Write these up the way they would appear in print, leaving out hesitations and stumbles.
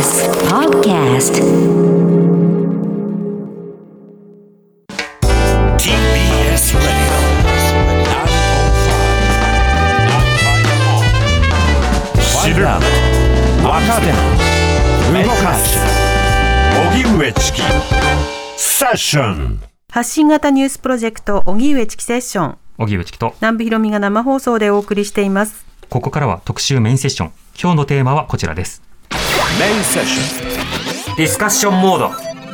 TBS Podcast TBS Radio 905-954知る、わかる、動かす荻上チキセッション。 発信型ニュースプロジェクト荻上チキセッション、 荻上チキと南部ひろみが生放送でお送りしています。 ここからは特集メインセッション。今日のテーマはこちらです。 メインセッションディスカッションモード。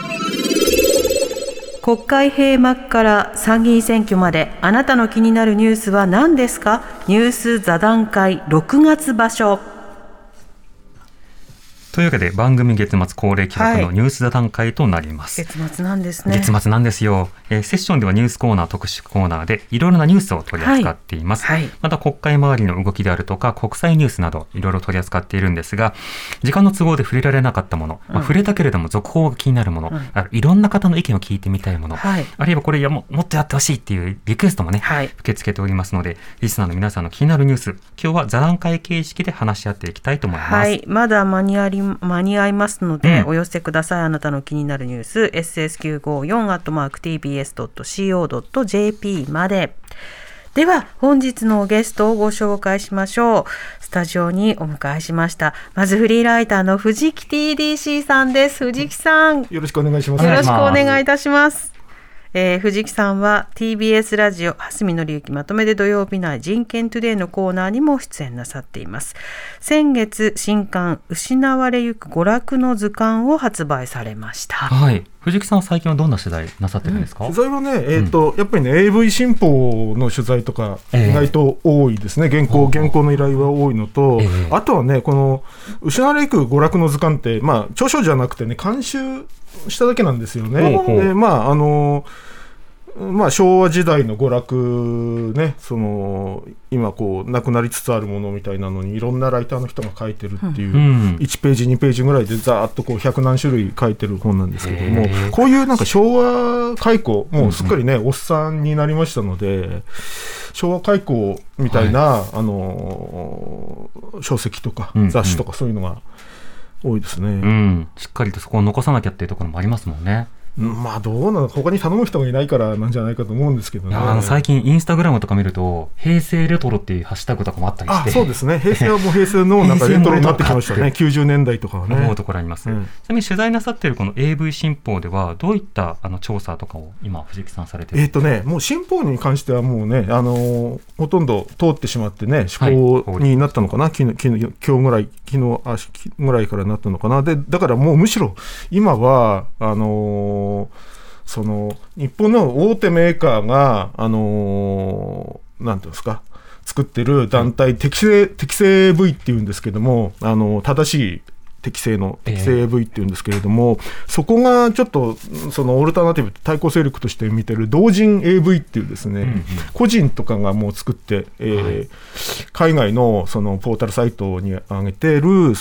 国会閉幕から参議院選挙まで、あなたの気になるニュースは何ですか？ニュース座談会6月場所。 というわけで番組月末恒例企画のニュース座談会となります。 月末なんですね。 月末なんですよ。セッションではニュースコーナー、特集コーナーでいろいろなニュースを取り扱っています、また国会周りの動きであるとか国際ニュースなどいろいろ取り扱っているんですが、時間の都合で触れられなかったもの、触れたけれども続報が気になるもの、いろんな方の意見を聞いてみたいもの、あるいはこれもっとやってほしいっていうリクエストもね、受け付けておりますので、リスナーの皆さんの気になるニュース、今日は座談会形式で話し合っていきたいと思います。 まだ間に合いますので、お寄せください。あなたの気になるニュース ss954@tbs.co.jp まで。では本日のゲストをご紹介しましょう。スタジオにお迎えしました。まずフリーライターの藤木 TDC さんです。藤木さん、 よろしくお願いします。 よろしくお願いいたします。藤木さんは TBS ラジオ蓮見紀之まとめで土曜日内人権トゥデイのコーナーにも出演なさっています。先月新刊失われゆく娯楽の図鑑を発売されました。 藤木さんは最近はどんな取材なさってるんですか？ 取材はね、やっぱりね AV 新報の取材とか意外と多いですね。原稿の依頼は多いのと、あとはねこの失われゆく娯楽の図鑑って、著書じゃなくてね監修しただけなんですよね。昭和時代の娯楽ね、今こうなくなりつつあるものみたいなのにいろんなライターの人が書いてるっていう、1ページ2ページぐらいでざーっとこう100何種類書いてる本なんですけども、こういうなんか昭和開古、もうすっかりね、おっさんになりましたので、昭和開古みたいな、書籍とか雑誌とかそういうのが多いですね。 しっかりとそこを残さなきゃっていうところもありますもんね。 どうなの、他に頼む人がいないからなんじゃないかと思うんですけどね。 最近インスタグラムとか見ると平成レトロっていうハッシュタグとかもあったりして、 そうですね、平成はもう平成のなんかレトロになってきましたね。90年代とかはね、 思うところあります。ちなみに取材なさっているこの AV 新報ではどういった調査とかを今藤木さんされているんですか？ もう新報に関してはもうね、ほとんど通ってしまってね、施行になったのかな、昨日ぐらいからなったのかな。でだからもうむしろ今は日本の大手メーカーがなんていうんですか、作ってる団体、適正 AV っていうんですけども、正しい適正 AV っていうんですけれども、そこがちょっとオルタナティブ対抗勢力として見てる同人 AV っていうですね、個人とかがもう作って、海外のポータルサイトに上げてる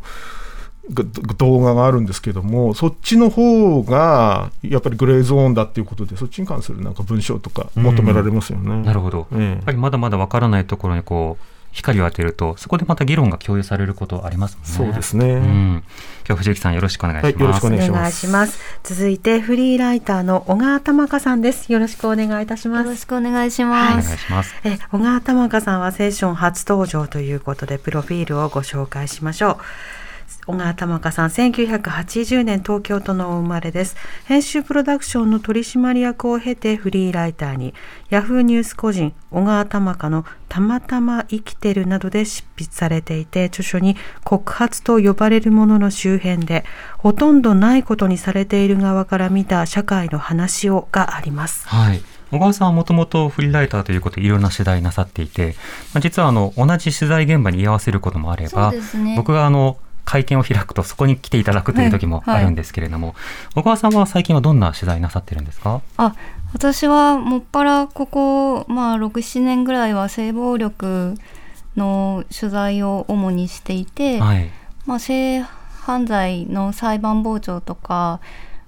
動画があるんですけども、そっちの方がやっぱりグレーゾーンだっていうことで、そっちに関するなんか文章とか求められますよね。 なるほど、やっぱりまだまだわからないところにこう光を当てると、そこでまた議論が共有されることありますもんね。 そうですね。 今日藤木さんよろしくお願いします。 よろしくお願いします。 お願いします。続いてフリーライターの小川玉香さんです。よろしくお願いいたします。 よろしくお願いします。 小川玉香さんはセッション初登場ということで、プロフィールをご紹介しましょう。小川玉香さん、1980年東京都のお生まれです。編集プロダクションの取締役を経てフリーライターに、ヤフーニュース個人小川玉香のたまたま生きてるなどで執筆されていて、著書に告発と呼ばれるものの周辺でほとんどないことにされている側から見た社会の話をがあります。 小川さんはもともとフリーライターということでいろんな取材なさっていて、実は同じ取材現場に居合わせることもあれば、僕が会見を開くとそこに来ていただくという時もあるんですけれども、小川さんは最近はどんな取材なさってるんですか？ 私はもっぱらここ、6、7年ぐらいは性暴力の取材を主にしていて、性犯罪の裁判傍聴とか、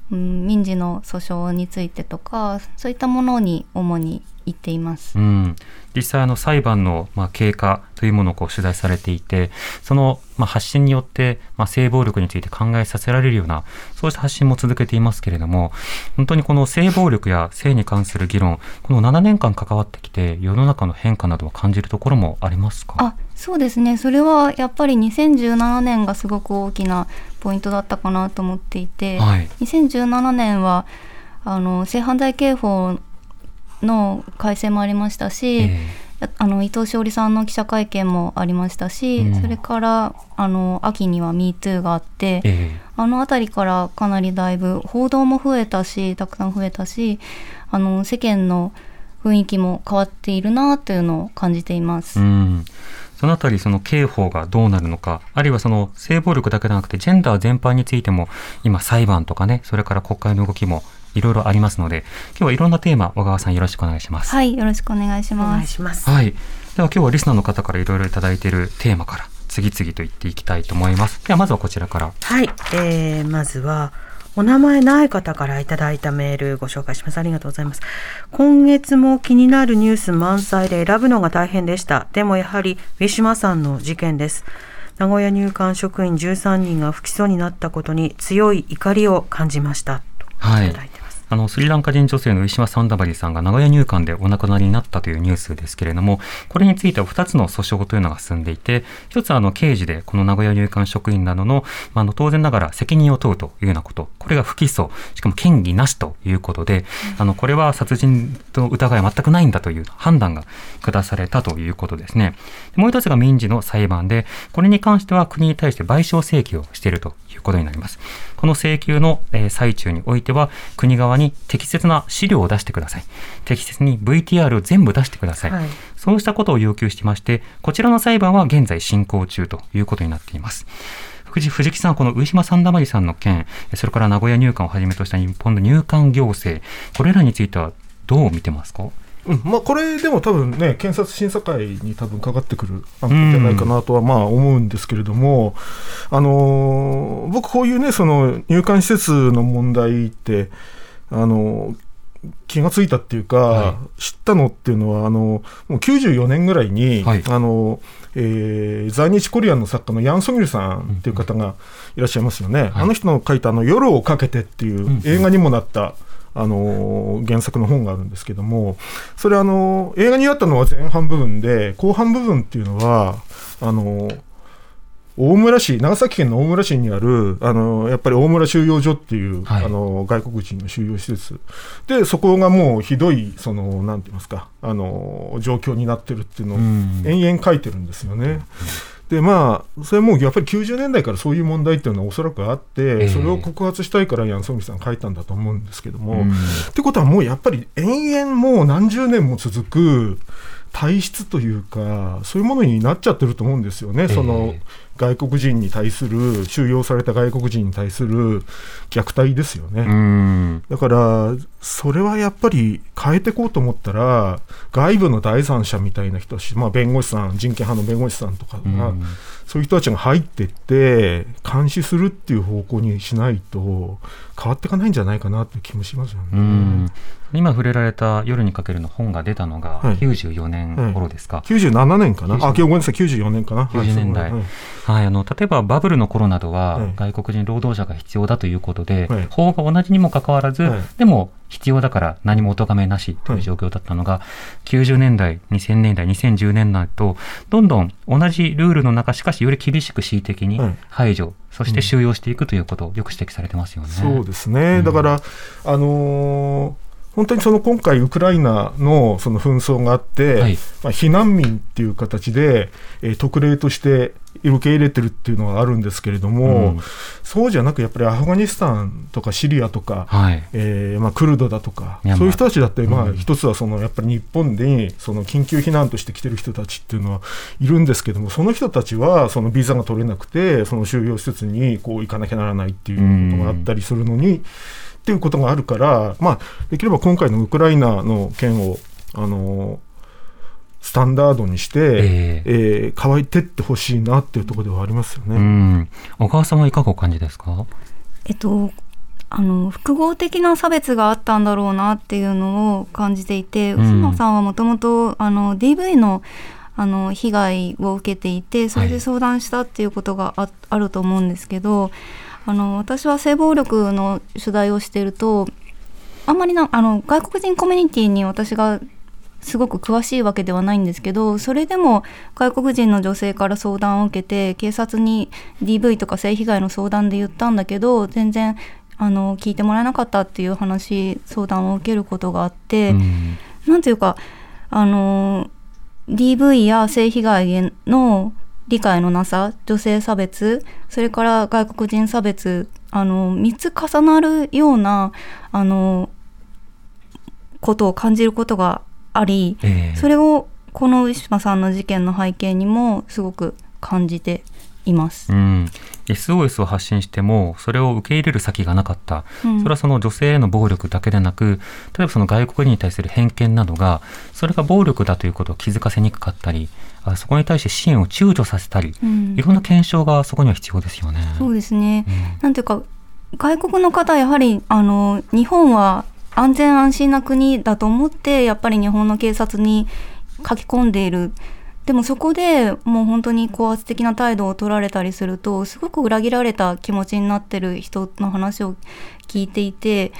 民事の訴訟についてとかそういったものに主に行っています。 実際裁判の経過というものを取材されていて、その発信によって性暴力について考えさせられるようなそうした発信も続けていますけれども、本当にこの性暴力や性に関する議論、この7年間関わってきて世の中の変化などを感じるところもありますか？ そうですね、それはやっぱり2017年がすごく大きなポイントだったかなと思っていて、2017年は性犯罪刑法の改正もありましたし、伊藤詩織さんの記者会見もありましたし、それから秋には MeToo があって、あたりからかなりだいぶ報道も増えたし、たくさん増えたし、世間の雰囲気も変わっているなというのを感じています。 そのあたり、その刑法がどうなるのか、あるいはその性暴力だけでなくてジェンダー全般についても今裁判とかね、それから国会の動きもいろいろありますので、今日はいろんなテーマ、小川さんよろしくお願いします。 はい、よろしくお願いします。 はい、では今日はリスナーの方からいろいろいただいているテーマから次々と言っていきたいと思います。ではまずはこちらから。 はい、まずはお名前ない方からいただいたメールご紹介します。ありがとうございます。今月も気になるニュース満載で選ぶのが大変でした。でもやはりウィシュマさんの事件です。名古屋入管職員13人が不起訴になったことに強い怒りを感じましたといただいてます。 スリランカ人女性のウィシュマ・サンダバリさんが名古屋入管でお亡くなりになったというニュースですけれども、これについては2つの訴訟というのが進んでいて、一つは刑事でこの名古屋入管職員などの、当然ながら責任を問うというようなこと、これが不起訴、しかも嫌疑なしということで、これは殺人の疑いは全くないんだという判断が下されたということですね。もう一つが民事の裁判で、これに関しては国に対して賠償請求をしているということになります。この請求の最中においては国側に適切な資料を出してください、適切に VTR を全部出してください、そうしたことを要求していまして、こちらの裁判は現在進行中ということになっています。藤木さん、このウィシュマ・サンダマリさんの件、それから名古屋入管をはじめとした日本の入管行政、これらについてはどう見てますか？ これでも多分ね、検察審査会に多分かかってくる案件じゃないかなとは思うんですけれども、僕こういうね、その入管施設の問題って気がついたっていうか、知ったのっていうのはもう94年ぐらいに、在日コリアンの作家のヤン・ソギルさんっていう方がいらっしゃいますよね。あの人の書いた夜をかけてっていう映画にもなった原作の本があるんですけども、それ映画にあったのは前半部分で、後半部分っていうのは大村市、長崎県の大村市にあるやっぱり大村収容所っていう、外国人の収容施設で、そこがもうひどいなんて言いますか、状況になってるっていうのを延々書いてるんですよね。でそれもやっぱり90年代からそういう問題っていうのはおそらくあって、それを告発したいからヤン・ソギルさん書いたんだと思うんですけども、ってことはもうやっぱり延々もう何十年も続く体質というか、そういうものになっちゃってると思うんですよね。その外国人に対する、収容された外国人に対する虐待ですよね。だからそれはやっぱり変えていこうと思ったら、外部の第三者みたいな人たち、弁護士さん、人権派の弁護士さんとかが、そういう人たちが入っていって監視するっていう方向にしないと変わっていかないんじゃないかなっていう気もしますよね。 今触れられた夜にかけるの本が出たのが94年頃ですか。 97年かな。ごめんなさい、94年かな。 90年代。例えばバブルの頃などは外国人労働者が必要だということで、法が同じにもかかわらず、でも必要だから何もお咎めなしという状況だったのが、90年代、2000年代、2010年代とどんどん同じルールの中、しかしより厳しく恣意的に排除、そして収容していくということをよく指摘されてますよね。 そうですね。だから本当に今回ウクライナのその紛争があって、避難民っていう形で、特例として受け入れてるっていうのはあるんですけれども、そうじゃなくやっぱりアフガニスタンとかシリアとか、クルドだとか、そういう人たちだって、一つはやっぱり日本で緊急避難として来てる人たちっていうのはいるんですけども、その人たちはビザが取れなくて収容施設に行かなきゃならないっていうことがあったりするのにっていうことがあるから、できれば今回のウクライナの件をスタンダードにして、乾いてってほしいなっていうところではありますよね。 小川さんはいかがお感じですか？ 複合的な差別があったんだろうなっていうのを感じていて、臼野さんはもともとDV の被害を受けていて、それで相談したっていうことがあると思うんですけど、私は性暴力の取材をしていると、あんまり外国人コミュニティに私がすごく詳しいわけではないんですけど、それでも外国人の女性から相談を受けて、警察に DV とか性被害の相談で言ったんだけど、全然聞いてもらえなかったっていう相談を受けることがあって、なんていうかDV や性被害への理解のなさ、女性差別、それから外国人差別、3つ重なるようなことを感じることがあり、それをこのウィシュマさんの事件の背景にもすごく感じています。 SOS を発信してもそれを受け入れる先がなかった、それはその女性への暴力だけでなく、例えばその外国人に対する偏見などが、それが暴力だということを気づかせにくかったり、そこに対して支援を躊躇させたり、いろんな検証がそこには必要ですよね。 そうですね、なんていうか外国の方はやはり日本は安全安心な国だと思ってやっぱり日本の警察に書き込んでいる。でもそこでもう本当に高圧的な態度を取られたりすると、すごく裏切られた気持ちになってる人の話を聞いていて、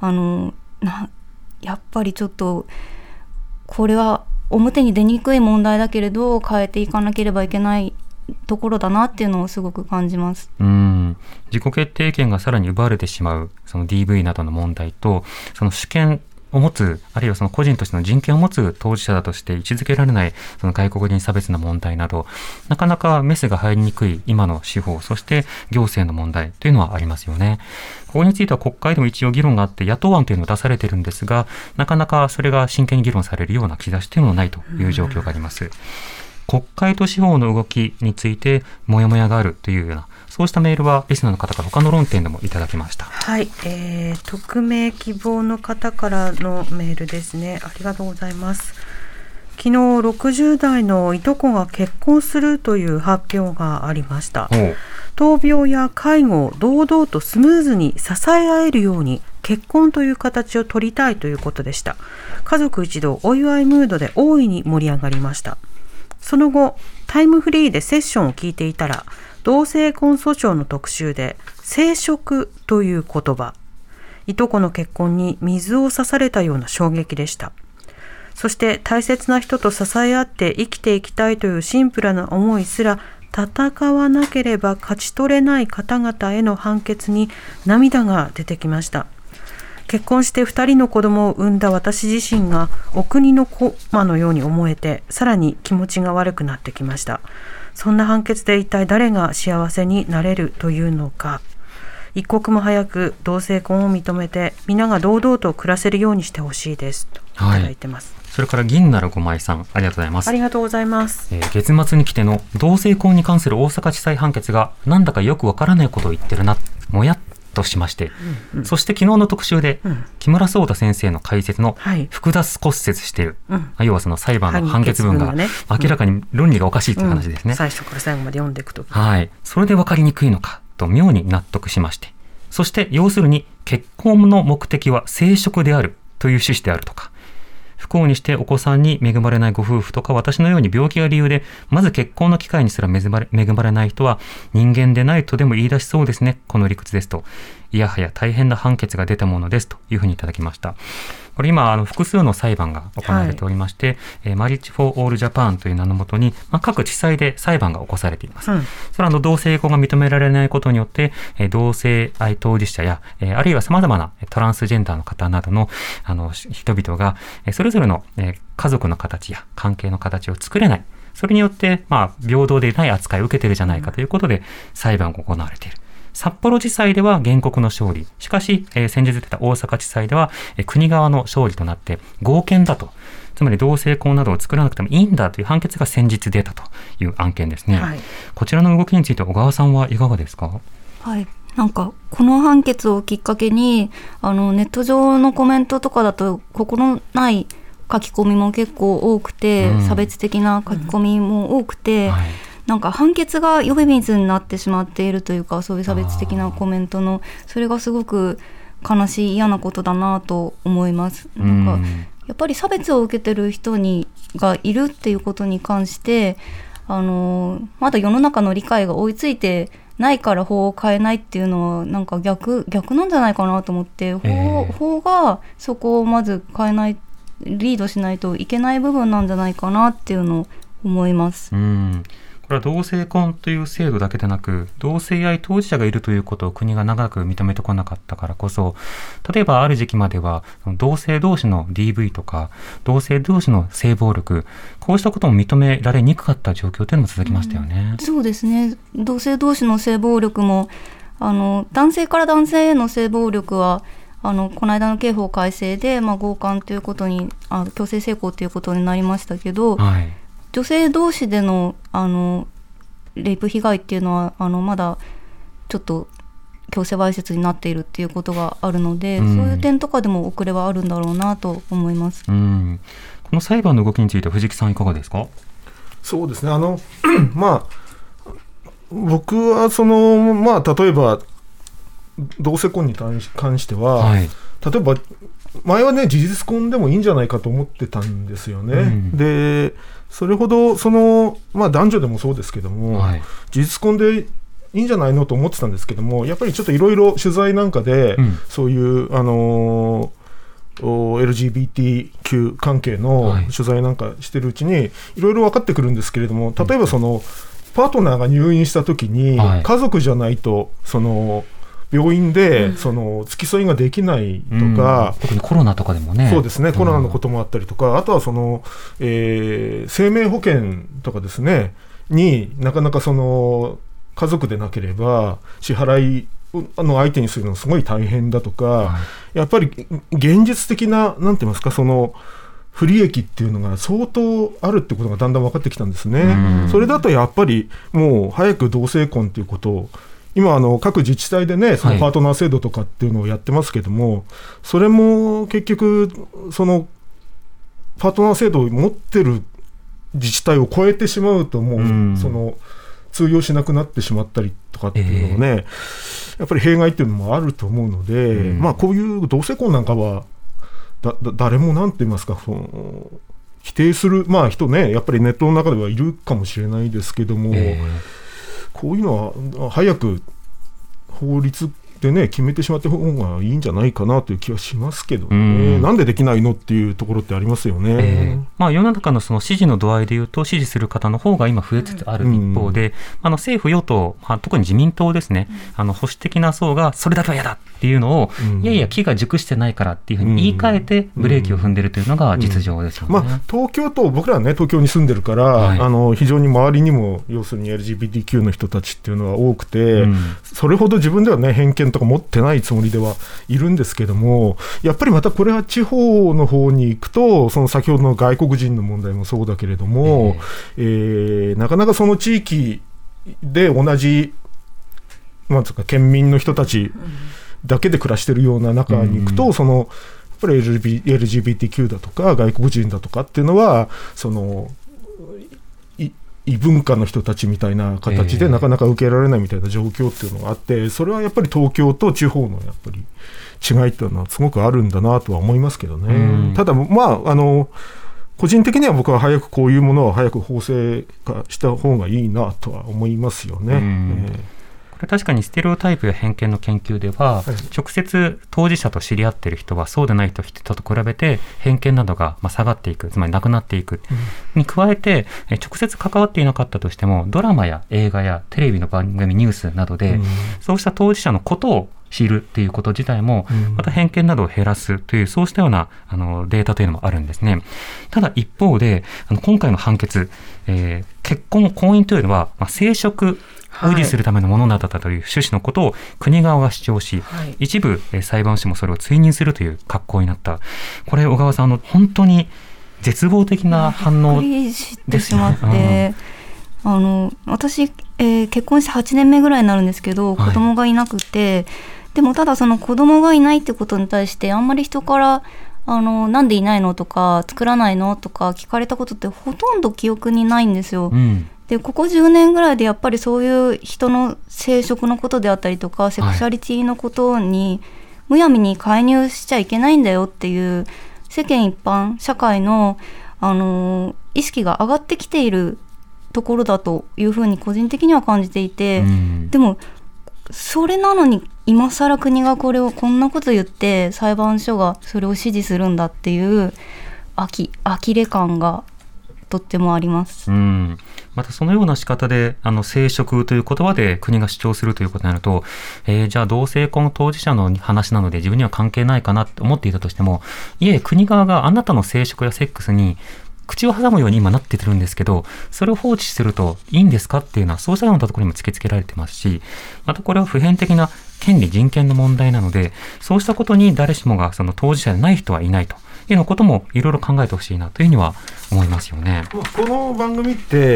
やっぱりちょっとこれは表に出にくい問題だけれど変えていかなければいけないところだなっていうのをすごく感じます。 自己決定権がさらに奪われてしまうその DV などの問題と、その主権を持つ、あるいはその個人としての人権を持つ当事者だとして位置づけられないその外国人差別の問題など、なかなかメスが入りにくい今の司法、そして行政の問題というのはありますよね。ここについては国会でも一応議論があって野党案というのを出されているんですが、なかなかそれが真剣に議論されるような兆しというのもないという状況があります。国会と司法の動きについてモヤモヤがあるというような、そうしたメールはリスナーの方から他の論点でもいただきました。 はい、匿名希望の方からのメールですね。ありがとうございます。昨日60代のいとこが結婚するという発表がありました。闘病や介護を堂々とスムーズに支え合えるように結婚という形を取りたいということでした。家族一同お祝いムードで大いに盛り上がりました。その後タイムフリーでセッションを聞いていたら、同性婚訴訟の特集で生殖という言葉、いとこの結婚に水を差されたような衝撃でした。そして大切な人と支え合って生きていきたいというシンプルな思いすら戦わなければ勝ち取れない方々への判決に涙が出てきました。結婚して2人の子供を産んだ私自身がお国の駒のように思えて、さらに気持ちが悪くなってきました。そんな判決で一体誰が幸せになれるというのか。一刻も早く同性婚を認めて皆が堂々と暮らせるようにしてほしいですといただいてます。 それから銀なる5枚さん、ありがとうございます。 ありがとうございます。 月末に来ての同性婚に関する大阪地裁判決がなんだかよくわからないことを言ってるな、もやっとしまして、そして昨日の特集で、木村壮太先生の解説の複雑骨折している、要はその裁判の判決文が明らかに論理がおかしいという話ですね。 最初から最後まで読んでいくとき、 それで分かりにくいのかと妙に納得しまして、そして要するに結婚の目的は生殖であるという趣旨であるとか、不幸にしてお子さんに恵まれないご夫婦とか、私のように病気が理由でまず結婚の機会にすら恵まれない人は人間でないとでも言い出しそうですね、この理屈ですと。いやはや大変な判決が出たものですというふうにいただきました。これ今複数の裁判が行われておりまして、マリッジ・フォー・オール・ジャパンという名のもとに、各地裁で裁判が起こされています。それは同性婚が認められないことによって同性愛当事者やあるいは様々なトランスジェンダーの方などの人々がそれぞれの家族の形や関係の形を作れない、それによって平等でない扱いを受けているじゃないかということで裁判が行われている。札幌地裁では原告の勝利、しかし、先日出た大阪地裁では、国側の勝利となって合憲だと、つまり同性婚などを作らなくてもいいんだという判決が先日出たという案件ですね。こちらの動きについて小川さんはいかがですか？ なんかこの判決をきっかけにネット上のコメントとかだと心ない書き込みも結構多くて、差別的な書き込みも多くて、 なんか判決が呼び水になってしまっているというか、そういう差別的なコメントの、それがすごく悲しい嫌なことだなと思います。なんかやっぱり差別を受けてる人がいるっていうことに関して、まだ世の中の理解が追いついてないから法を変えないっていうのはなんか逆なんじゃないかなと思って、法がそこをまず変えない、リードしないといけない部分なんじゃないかなっていうのを思います。 これは同性婚という制度だけでなく、同性愛当事者がいるということを国が長く認めてこなかったからこそ、例えばある時期までは同性同士の DV とか同性同士の性暴力、こうしたことも認められにくかった状況というのも続きましたよね。 そうですね。同性同士の性暴力も男性から男性への性暴力はこの間の刑法改正で、強姦ということに強制性交ということになりましたけど、女性同士でのレイプ被害っていうのはまだちょっと強制わいせつになっているっていうことがあるので、そういう点とかでも遅れはあるんだろうなと思います。 この裁判の動きについて藤木さんいかがですか？ そうですね、僕は例えば同性婚に関しては、例えば前はね事実婚でもいいんじゃないかと思ってたんですよね。でそれほど男女でもそうですけども、事実婚でいいんじゃないのと思ってたんですけども、やっぱりちょっといろいろ取材なんかで、そういうLGBTQ 関係の取材なんかしてるうちにいろいろ分かってくるんですけれども、例えばパートナーが入院した時に、家族じゃないと病院で付き添いができないとか、 特にコロナとかでもね、 そうですね、コロナのこともあったりとか、あとは生命保険とかですねになかなか家族でなければ支払いの相手にするのすごい大変だとか、やっぱり現実的ななんて言いますか、不利益っていうのが相当あるってことがだんだん分かってきたんですね。それだとやっぱりもう早く同性婚ということを今各自治体でね、パートナー制度とかっていうのをやってますけども、それも結局パートナー制度を持ってる自治体を超えてしまうと、もう通用しなくなってしまったりとかっていうのもね、やっぱり弊害っていうのもあると思うので、こういう同性婚なんかは誰もなんて言いますか、否定する人ね、やっぱりネットの中ではいるかもしれないですけども、こういうのは早く法律でね決めてしまった方がいいんじゃないかなという気はしますけどね。なんでできないのっていうところってありますよね。 世の中の支持の度合いでいうと、支持する方の方が今増えつつある一方で、政府与党、特に自民党ですね、保守的な層がそれだけは嫌だっていうのを、いやいや木が熟してないからっていうふうに言い換えてブレーキを踏んでるというのが実情ですよね。 東京都、僕らはね東京に住んでるから、非常に周りにも要するに LGBTQ の人たちっていうのは多くて、それほど自分ではね偏見とか持ってないつもりではいるんですけども、やっぱりまたこれは地方の方に行くと、先ほどの外国人の問題もそうだけれども、なかなかその地域で同じなんつうか県民の人たちだけで暮らしてるような中に行くと、やっぱり LGBTQ だとか外国人だとかっていうのは異文化の人たちみたいな形でなかなか受けられないみたいな状況っていうのがあって、それはやっぱり東京と地方のやっぱり違いっていうのはすごくあるんだなとは思いますけどね。ただ個人的には僕は早くこういうものは早く法制化した方がいいなとは思いますよね。 これ確かにステレオタイプや偏見の研究では、直接当事者と知り合っている人はそうでない人と比べて偏見などが下がっていく、つまりなくなっていくに加えて、直接関わっていなかったとしてもドラマや映画やテレビの番組ニュースなどで、そうした当事者のことを知るっていうこと自体もまた偏見などを減らすという、そうしたようなデータというのもあるんですね。ただ一方で今回の判決、結婚婚姻というのは生殖を維持するためのものだったという趣旨のことを国側が主張し、一部裁判所もそれを追認するという格好になった。これ小川さん本当に絶望的な反応ですよね。 私、結婚して8年目ぐらいになるんですけど、子供がいなくて、でもただその子供がいないってことに対してあんまり人からなんでいないのとか作らないのとか聞かれたことってほとんど記憶にないんですよ。 でここ10年ぐらいでやっぱりそういう人の生殖のことであったりとかセクシャリティのことにむやみに介入しちゃいけないんだよっていう世間一般社会の、意識が上がってきているところだというふうに個人的には感じていて、でもそれなのに今更国がこんなこと言って裁判所がそれを支持するんだっていう呆れ感がとってもあります。 またそのような仕方で生殖という言葉で国が主張するということになると、じゃあ同性婚当事者の話なので自分には関係ないかなって思っていたとしても、いえ国側があなたの生殖やセックスに口を挟むように今なってるんですけど、それを放置するといいんですかっていうのはそうしたようなところにも突きつけられてますし、またこれは普遍的な権利人権の問題なので、そうしたことに誰しもがその当事者でない人はいないというようなこともいろいろ考えてほしいなというふうには思いますよね。 この番組って、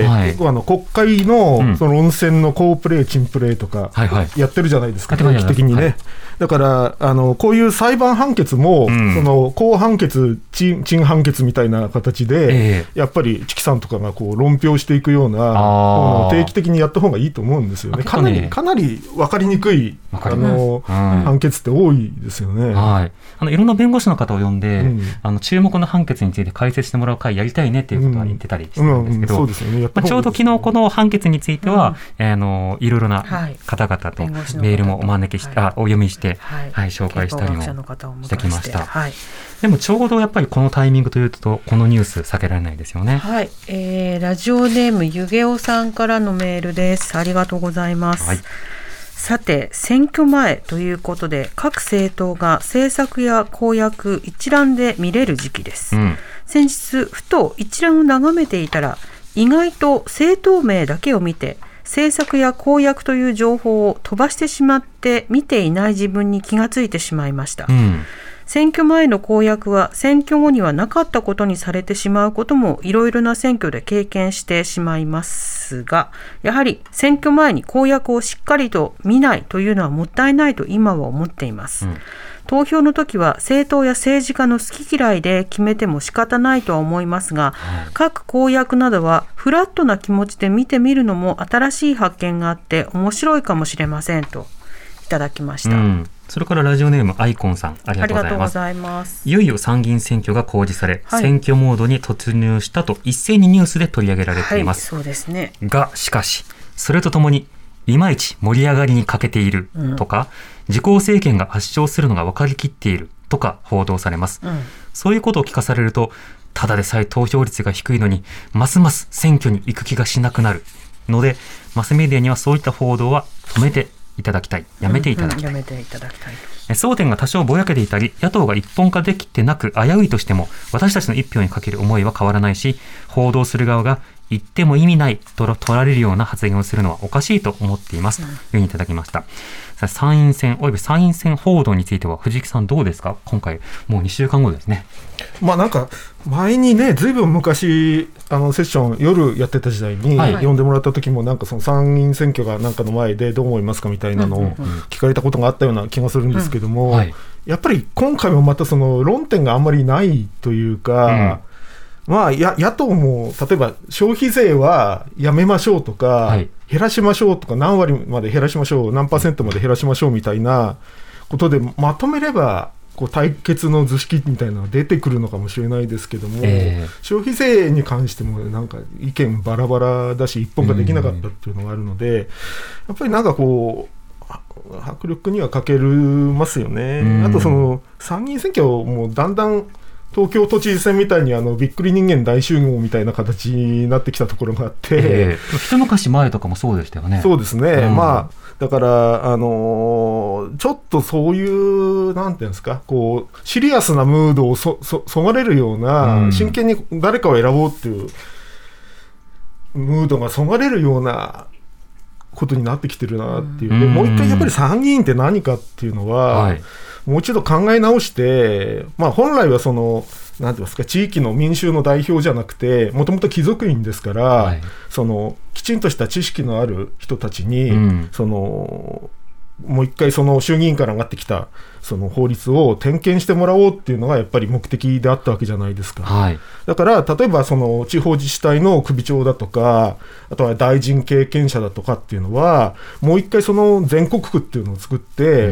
結構国会のその論戦の好プレー、珍プレーとかやってるじゃないですか、定期的にね。だからこういう裁判判決も、その公判決、陳判決みたいな形で、やっぱりチキさんとかがこう論評していくような定期的にやった方がいいと思うんですよね。かなり分かりにくい判決って多いですよね。 いろんな弁護士の方を呼んで、注目の判決について解説してもらう会やりたいねっていうことは言ってたりしてるんですけど、ちょうど昨日この判決については、いろいろな方々とメールもお招きしてお読みして、紹介したりもしてきました。でもちょうどやっぱりこのタイミングというとこのニュース避けられないですよね。 ラジオネームゆげおさんからのメールです。ありがとうございます。さて選挙前ということで各政党が政策や公約一覧で見れる時期です。先日ふと一覧を眺めていたら意外と政党名だけを見て政策や公約という情報を飛ばしてしまって見ていない自分に気がついてしまいました。選挙前の公約は選挙後にはなかったことにされてしまうこともいろいろな選挙で経験してしまいますが、やはり選挙前に公約をしっかりと見ないというのはもったいないと今は思っています。投票の時は政党や政治家の好き嫌いで決めても仕方ないとは思いますが、各公約などはフラットな気持ちで見てみるのも新しい発見があって面白いかもしれませんといただきました。 それからラジオネームアイコンさん、ありがとうございます。いよいよ参議院選挙が公示され、選挙モードに突入したと一斉にニュースで取り上げられています。 そうですね。 がしかしそれとともにいまいち盛り上がりに欠けているとか、自公政権が圧勝するのが分かりきっているとか報道されます。そういうことを聞かされると、ただでさえ投票率が低いのにますます選挙に行く気がしなくなるので、マスメディアにはそういった報道は止めていただきたい、やめていただきたい。争点が多少ぼやけていたり、野党が一本化できてなく危ういとしても、私たちの一票にかける思いは変わらないし、報道する側が言っても意味ないと取られるような発言をするのはおかしいと思っています、というふうにいただきました。参院選および参院選報道については藤木さんどうですか。今回もう2週間後ですね。 なんか前にね、ずいぶん昔セッション夜やってた時代に呼んでもらった時も、なんかその参院選挙がなんかの前でどう思いますかみたいなのを聞かれたことがあったような気がするんですけども、やっぱり今回もまたその論点があんまりないというか、野党も例えば消費税はやめましょうとか、減らしましょうとか、何割まで減らしましょう、何%まで減らしましょうみたいなことでまとめればこう対決の図式みたいなのが出てくるのかもしれないですけども、消費税に関してもなんか意見バラバラだし一本化できなかったっていうのがあるので、やっぱりなんかこう迫力には欠けますよね。あとその参議院選挙もだんだん東京都知事選みたいにびっくり人間大集合みたいな形になってきたところがあって、 一昔前とかもそうでしたよね。 そうですね、だからちょっとそういうなんていうんですか、こうシリアスなムードをそがれるような、真剣に誰かを選ぼうっていうムードがそがれるようなことになってきてるなっていう、もう一回やっぱり参議院って何かっていうのは、もう一度考え直して、本来はそのなんて言いますか、地域の民衆の代表じゃなくて、もともと貴族院ですから、そのきちんとした知識のある人たちに、そのもう一回その衆議院から上がってきたその法律を点検してもらおうっていうのがやっぱり目的であったわけじゃないですか、はい、だから例えばその地方自治体の首長だとか、あとは大臣経験者だとかっていうのはもう一回その全国区っていうのを作って、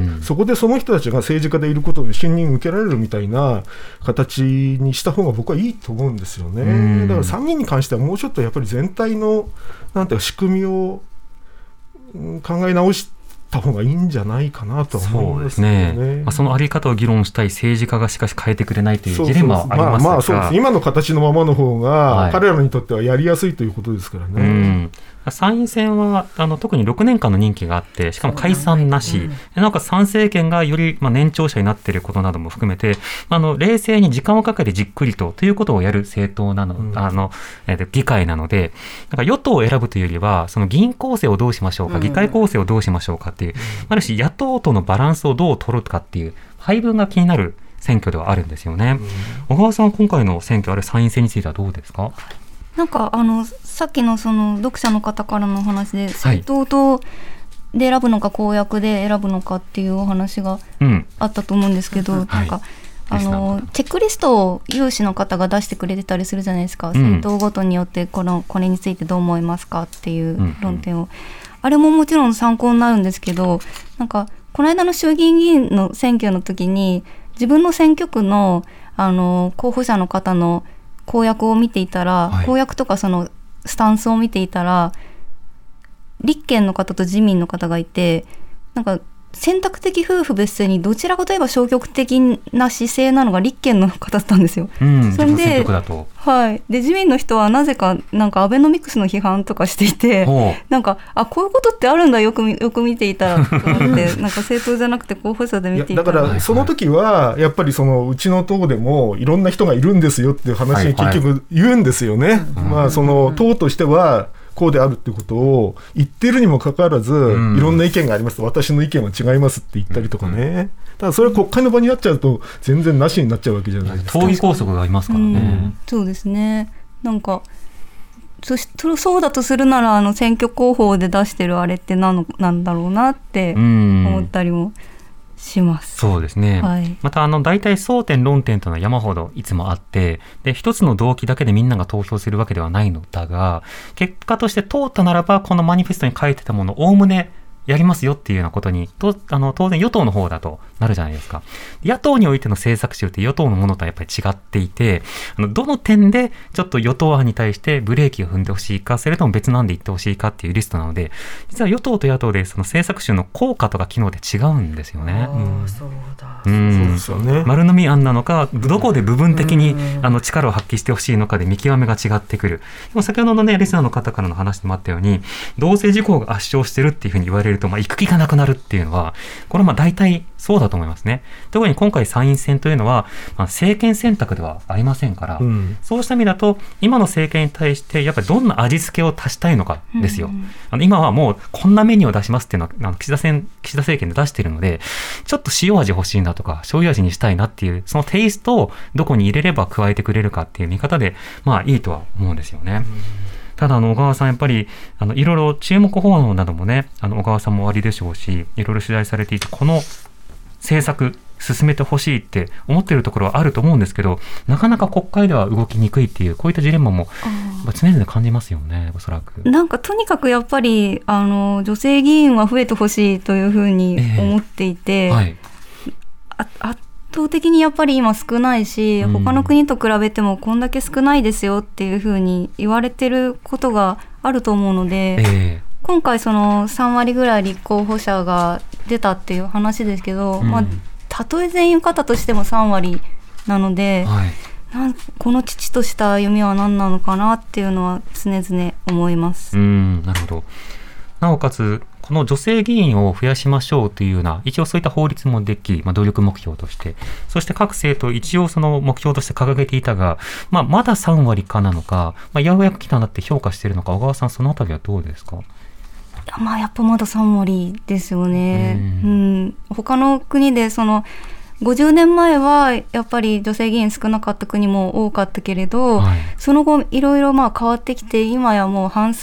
そこでその人たちが政治家でいることで信任受けられるみたいな形にした方が僕はいいと思うんですよね。だから参議院に関してはもうちょっとやっぱり全体のなんていうか仕組みを考え直した方がいいんじゃないかなと思うんですね。 そうですね。そのあり方を議論したい政治家がしかし変えてくれないというジレンマはありますが、 そうです。今の形のままの方が彼らにとってはやりやすいということですからね。 参院選は特に6年間の任期があって、しかも解散なし、なんか参政権がより年長者になっていることなども含めて、冷静に時間をかけてじっくりということをやる政党なの、議会なので、なんか与党を選ぶというよりは、その議員構成をどうしましょうか、議会構成をどうしましょうかっていう、ある種野党とのバランスをどう取るかっていう配分が気になる選挙ではあるんですよね。小川さん、今回の選挙、あれ参院選についてはどうですか？ なんかさっきのその読者の方からのお話で、政党で選ぶのか公約で選ぶのかっていうお話があったと思うんですけど、なんかチェックリストを有志の方が出してくれてたりするじゃないですか、政党ごとによってこれについてどう思いますかっていう論点を、あれももちろん参考になるんですけど、なんかこの間の衆議院議員の選挙の時に自分の選挙区の候補者の方の公約を見ていたら、公約とかそのスタンスを見ていたら、立憲の方と自民の方がいて、なんか選択的夫婦別姓にどちらかといえば消極的な姿勢なのが立憲の方だったんですよ。それで、で自民の人はなぜかなんかアベノミクスの批判とかしていて、なんかこういうことってあるんだ、よく見ていたらと思ってなんか政党じゃなくて候補者で見ていたら、 だからその時はやっぱりそのうちの党でもいろんな人がいるんですよっていう話に結局言うんですよね。その党としてはこうであるってことを言ってるにもかかわらず、いろんな意見があります、私の意見は違いますって言ったりとかね、ただそれは国会の場になっちゃうと全然なしになっちゃうわけじゃないですか。 党議拘束がありますからね。 そうですね。なんかそうだとするなら選挙広報で出してるあれってなんだろうなって思ったりもします。 そうですね、また大体争点論点というのは山ほどいつもあって、で一つの動機だけでみんなが投票するわけではないのだが、結果として通ったならばこのマニフェストに書いてたものをおおむねやりますよっていうようなことに当然与党の方だとなるじゃないですか。野党においての政策集って与党のものとはやっぱり違っていて、どの点でちょっと与党案に対してブレーキを踏んでほしいか、それとも別なんで言ってほしいかっていうリストなので、実は与党と野党でその政策集の効果とか機能で違うんですよね。そうですよね。丸飲み案なのか、どこで部分的に力を発揮してほしいのかで見極めが違ってくる。でも先ほどのねリスナーの方からの話でもあったように、同性事項が圧勝してるっていうふうに言われると、行く気がなくなるっていうのは、これは大体そうだと思いますね。特に今回参院選というのは、政権選択ではありませんから、そうした意味だと今の政権に対してやっぱりどんな味付けを足したいのかですよ。今はもうこんなメニューを出しますっていうのは岸田政権で出しているので、ちょっと塩味欲しいなとか醤油味にしたいなっていうそのテイストをどこに入れれば加えてくれるかっていう見方でいいとは思うんですよね。ただ小川さん、やっぱりいろいろ注目報道などもね、小川さんもおありでしょうし、いろいろ取材されていて、この政策進めてほしいって思っているところはあると思うんですけど、なかなか国会では動きにくいっていう、こういったジレンマも常々感じますよね。おそらくなんかとにかくやっぱり女性議員は増えてほしいというふうに思っていて、圧倒的にやっぱり今少ないし、他の国と比べてもこんだけ少ないですよっていうふうに言われてることがあると思うので、今回その3割ぐらい立候補者が出たっていう話ですけど、たとえ全員受かったとしても3割なので、この父とした歩みは何なのかなっていうのは常々思います。 なるほど。なおかつこの女性議員を増やしましょうというような、一応そういった法律もでき、努力目標として、そして各政党一応その目標として掲げていたが、まだ3割かなのか、ようやく来たなって評価しているのか、小川さんそのあたりはどうですか？ やっぱまだ3割ですよね。他の国でその50年前はやっぱり女性議員少なかった国も多かったけれど、その後いろいろ変わってきて、今やもう半数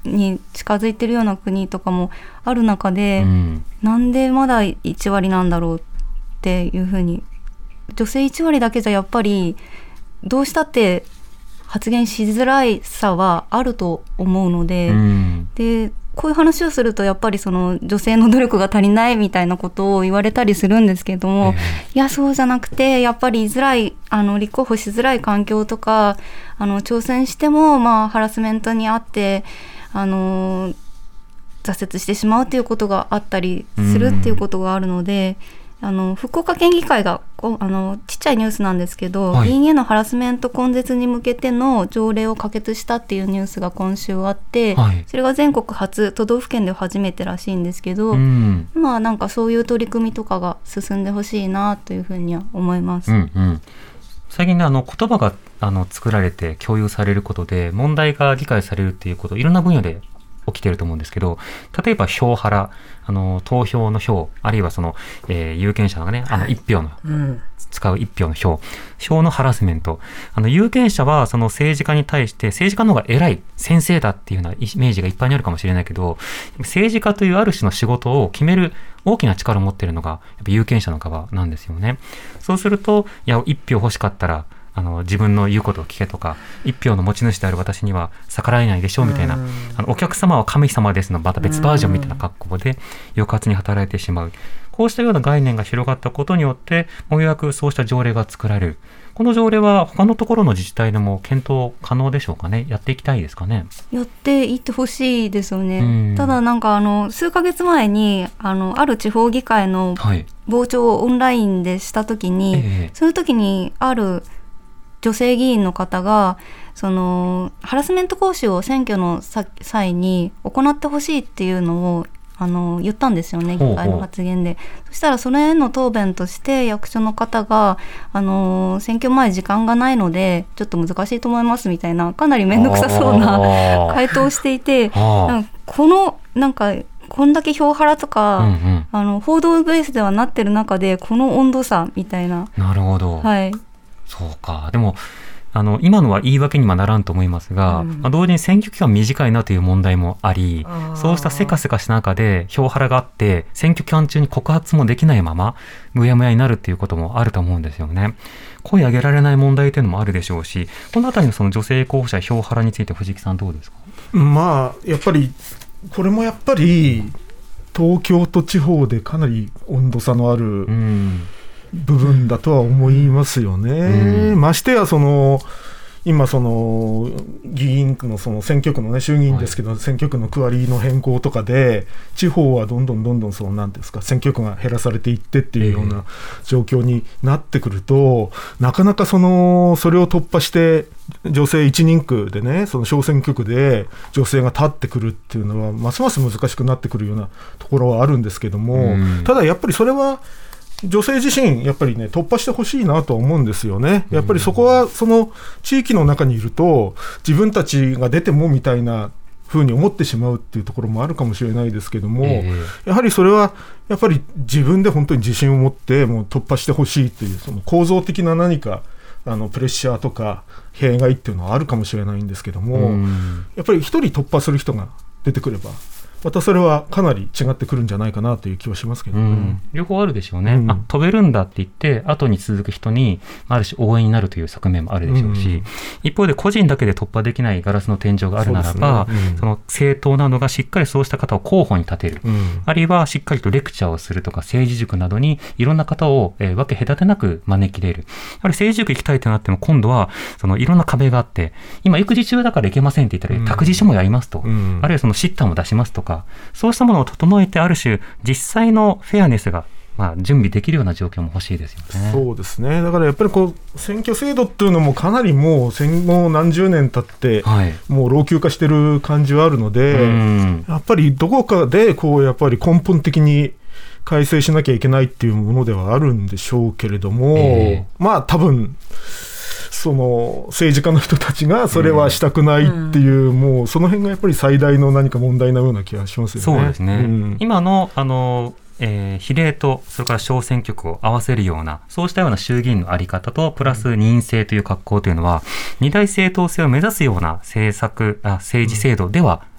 に近づいてるような国とかもある中で、なんでまだ1割なんだろうっていうふうに、女性1割だけじゃやっぱりどうしたって発言しづらいさはあると思うので、でこういう話をするとやっぱりその女性の努力が足りないみたいなことを言われたりするんですけども、いやそうじゃなくて、やっぱり立候補しづらい環境とか、挑戦してもハラスメントにあって挫折してしまうということがあったりするっていうことがあるので、福岡県議会がちっちゃいニュースなんですけど、議員へのハラスメント根絶に向けての条例を可決したっていうニュースが今週あって、それが全国初、都道府県で初めてらしいんですけど、なんかそういう取り組みとかが進んでほしいなというふうには思います。 最近ね、言葉が作られて共有されることで問題が理解されるっていうこと、いろんな分野で起きていると思うんですけど、例えば票ハラ、投票の票、あるいはその、有権者がね、一票の、使う一票の票のハラスメント、有権者はその政治家に対して政治家の方が偉い先生だっていうようなイメージがいっぱいにあるかもしれないけど、政治家というある種の仕事を決める大きな力を持っているのがやっぱ有権者の側なんですよね。そうすると、いや一票欲しかったら自分の言うことを聞けとか、一票の持ち主である私には逆らえないでしょうみたいな、お客様は神様ですのまた別バージョンみたいな格好で抑圧に働いてしまう、こうしたような概念が広がったことによってようやくそうした条例が作られる。この条例は他のところの自治体でも検討可能でしょうかね。やっていきたいですかね。 やっていってほしいですよね。ただなんか数ヶ月前にある地方議会の傍聴をオンラインでした時に、その時にある女性議員の方がハラスメント講習を選挙の際に行ってほしいっていうのを言ったんですよね、議会の発言で。そしたらそれへの答弁として役所の方が選挙前時間がないのでちょっと難しいと思いますみたいな、かなり面倒くさそうな回答をしていて、なんかこんだけ票ハラとか、報道ベースではなってる中でこの温度差みたいな。 なるほど、そうか。でも今のは言い訳にはならんと思いますが、同時に選挙期間短いなという問題もあり、そうしたせかせかした中で票ハラがあって選挙期間中に告発もできないままむやむやになるということもあると思うんですよね。声上げられない問題というのもあるでしょうし、このあたりのその女性候補者票ハラについて藤木さんどうですか。 やっぱりこれもやっぱり東京と地方でかなり温度差のある部分だとは思いますよね。ましてや今議員区の選挙区のね、衆議院ですけど、選挙区の区割りの変更とかで地方はどんどんなんですか、選挙区が減らされていってっていうような状況になってくると、なかなかそれを突破して女性1人区でね、その小選挙区で女性が立ってくるっていうのはますます難しくなってくるようなところはあるんですけども、ただやっぱりそれは女性自身やっぱりね突破してほしいなと思うんですよね。やっぱりそこはその地域の中にいると自分たちが出てもみたいな風に思ってしまうっていうところもあるかもしれないですけども、やはりそれはやっぱり自分で本当に自信を持ってもう突破してほしいっていう、その構造的な何かプレッシャーとか弊害っていうのはあるかもしれないんですけども、やっぱり一人突破する人が出てくればまたそれはかなり違ってくるんじゃないかなという気はしますけどね。 両方あるでしょうね。飛べるんだって言って後に続く人にある種応援になるという側面もあるでしょうし、一方で個人だけで突破できないガラスの天井があるならば、その正当なのがしっかりそうした方を候補に立てる、あるいはしっかりとレクチャーをするとか政治塾などにいろんな方を、分け隔てなく招き入れる。やはり政治塾行きたいとなっても今度はいろんな壁があって、今育児中だから行けませんって言ったら託児所もやりますと、あるいはそのシッターも出しますとか、そうしたものを整えてある種実際のフェアネスが準備できるような状況も欲しいですよね。そうですね。 だからやっぱり選挙制度っていうのもかなりもう戦後何十年経って、もう老朽化してる感じはあるので、やっぱりどこかでやっぱり根本的に改正しなきゃいけないっていうものではあるんでしょうけれども、多分その政治家の人たちがそれはしたくないっていう、もうその辺がやっぱり最大の何か問題のような気がしますよね。 そうですね。今の比例とそれから小選挙区を合わせるようなそうしたような衆議院の在り方とプラス任意制という格好というのは二大政党制を目指すような政治制度では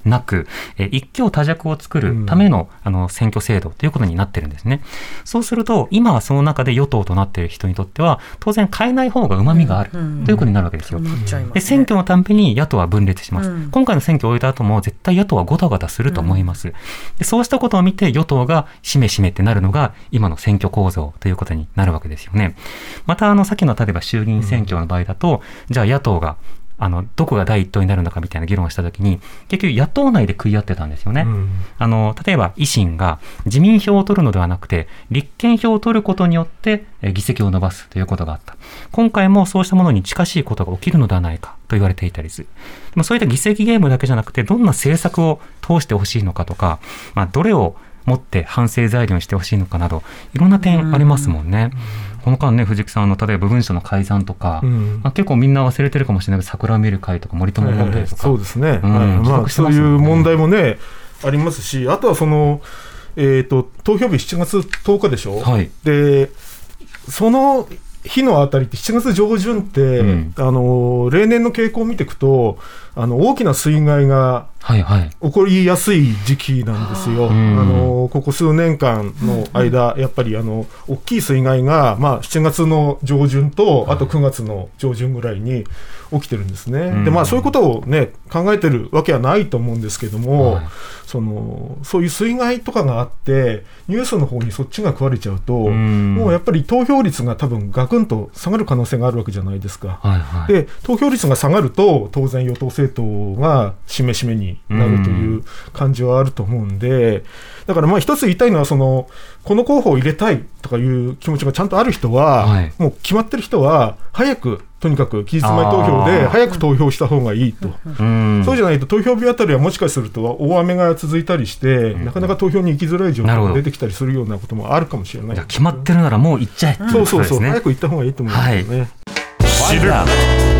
なく、一強多弱を作るための、選挙制度ということになってるんですね。そうすると今その中で与党となっている人にとっては当然変えない方がうまみがある、ということになるわけですよ。で選挙のたんびに野党は分裂します、今回の選挙を終えた後も絶対野党はゴタゴタすると思います、でそうしたことを見て与党がしめしめってなるのが今の選挙構造ということになるわけですよね。またさっきの例えば衆議院選挙の場合だと、じゃあ野党がどこが第一党になるのかみたいな議論をしたときに結局野党内で食い合ってたんですよね、例えば維新が自民票を取るのではなくて立憲票を取ることによって議席を伸ばすということがあった。今回もそうしたものに近しいことが起きるのではないかと言われていたりする。でもそういった議席ゲームだけじゃなくてどんな政策を通してほしいのかとか、どれを持って反省材料にしてほしいのかなどいろんな点ありますもんね。この間ね、藤木さん例えば文書の改ざんとか、結構みんな忘れてるかもしれないけど桜を見る会とか森友問題とか、 そうですね、そういう問題もねありますし、あとは投票日7月10日でしょ、でその日のあたりって7月上旬って、例年の傾向を見ていくと大きな水害が起こりやすい時期なんですよ。ここ数年間の間、やっぱり大きい水害が、7月の上旬とあと9月の上旬ぐらいに起きてるんですね。でそういうことをね考えてるわけはないと思うんですけども、そういう水害とかがあってニュースの方にそっちが食われちゃうと、もうやっぱり投票率が多分ガクンと下がる可能性があるわけじゃないですか。で投票率が下がると当然与党政党がしめしめになるという感じはあると思うんで、だから一つ言いたいのはこの候補を入れたいとかいう気持ちがちゃんとある人は、もう決まってる人は早くとにかく期日前投票で早く投票した方がいいと、そうじゃないと投票日あたりはもしかすると大雨が続いたりして、なかなか投票に行きづらい状況が出てきたりするようなこともあるかもしれない、 決まってるならもう行っちゃえっていうことですね。 そう早く行った方がいいと思いますよね。 知る、わか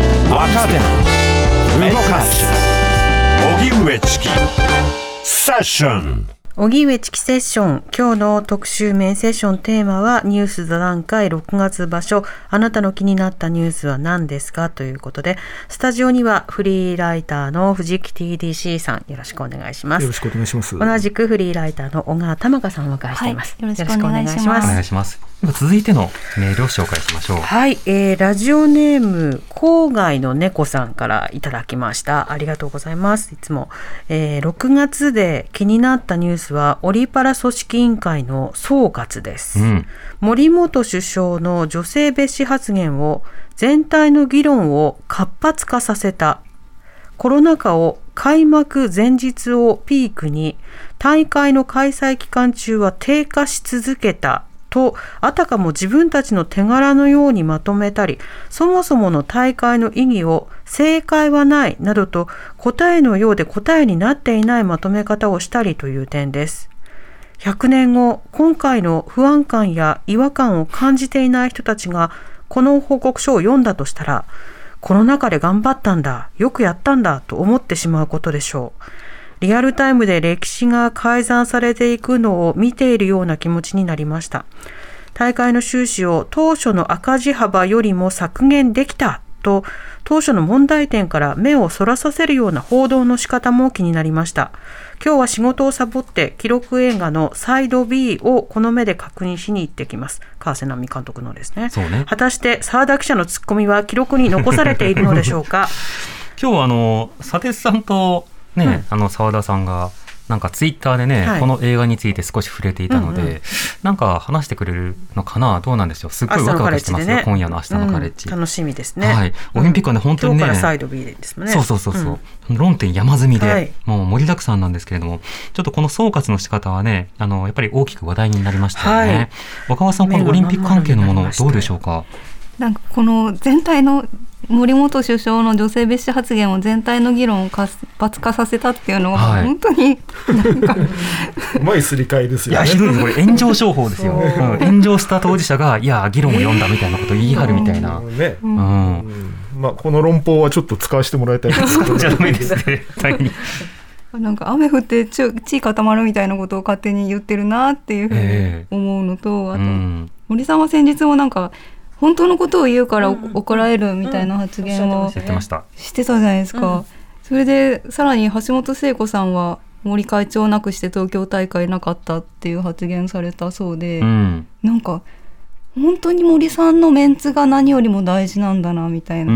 る、動かす、荻上チキセッション。 荻上チキセッション、今日の特集メインセッションテーマはニュース座談会6月場所、あなたの気になったニュースは何ですかということで、スタジオにはフリーライターの藤木 TDC さん、よろしくお願いします。 よろしくお願いします。 同じくフリーライターの小川玉香さんをお迎えしています、 よろしくお願いします。 お願いします。続いてのメールを紹介しましょう。 はい、ラジオネーム郊外の猫さんからいただきました。ありがとうございます。いつも、6月で気になったニュースはオリパラ組織委員会の総括です、森元首相の女性蔑視発言を全体の議論を活発化させた。コロナ禍を開幕前日をピークに大会の開催期間中は低下し続けたと、あたかも自分たちの手柄のようにまとめたり、そもそもの大会の意義を正解はないなどと答えのようで答えになっていないまとめ方をしたりという点です。100年後、今回の不安感や違和感を感じていない人たちがこの報告書を読んだとしたら、コロナ禍で頑張ったんだ、よくやったんだと思ってしまうことでしょう。リアルタイムで歴史が改ざんされていくのを見ているような気持ちになりました。大会の収支を当初の赤字幅よりも削減できたと、当初の問題点から目をそらさせるような報道の仕方も気になりました。今日は仕事をサボって記録映画のサイド B をこの目で確認しに行ってきます。川瀬直美監督のですね。果たして澤田記者のツッコミは記録に残されているのでしょうか。 今日は佐哲さんとね、澤田さんがなんかツイッターでね、この映画について少し触れていたので、なんか話してくれるのかな、どうなんでしょう。すっごいワクワクしてますよ、今夜の明日のカレッジ、 楽しみですね。 オリンピックはね、本当にね、 今日からサイド B ですもんね。 論点山積みで、もう盛りだくさんなんですけれども、ちょっとこの総括の仕方はね、やっぱり大きく話題になりましたよね。若川さん、このオリンピック関係のものどうでしょうか。 なんかこの全体の森元首相の女性蔑視発言を全体の議論を活発化させたっていうのは、本当になんかうまいすり替えですよね。 いや、ひどい、これ炎上商法ですよ。炎上した当事者がいや議論を読んだみたいなことを言い張るみたいな、 この論法はちょっと使わせてもらいたいですけど、 じゃダメですね。 なんか雨降って地固まるみたいなことを勝手に言ってるなっていうふうに思うのと、あと森さんは先日もなんか本当のことを言うから怒られるみたいな発言をしてたじゃないですか。 それでさらに橋本聖子さんは森会長をなくして東京大会なかったっていう発言されたそうで、なんか本当に森さんのメンツが何よりも大事なんだなみたいな、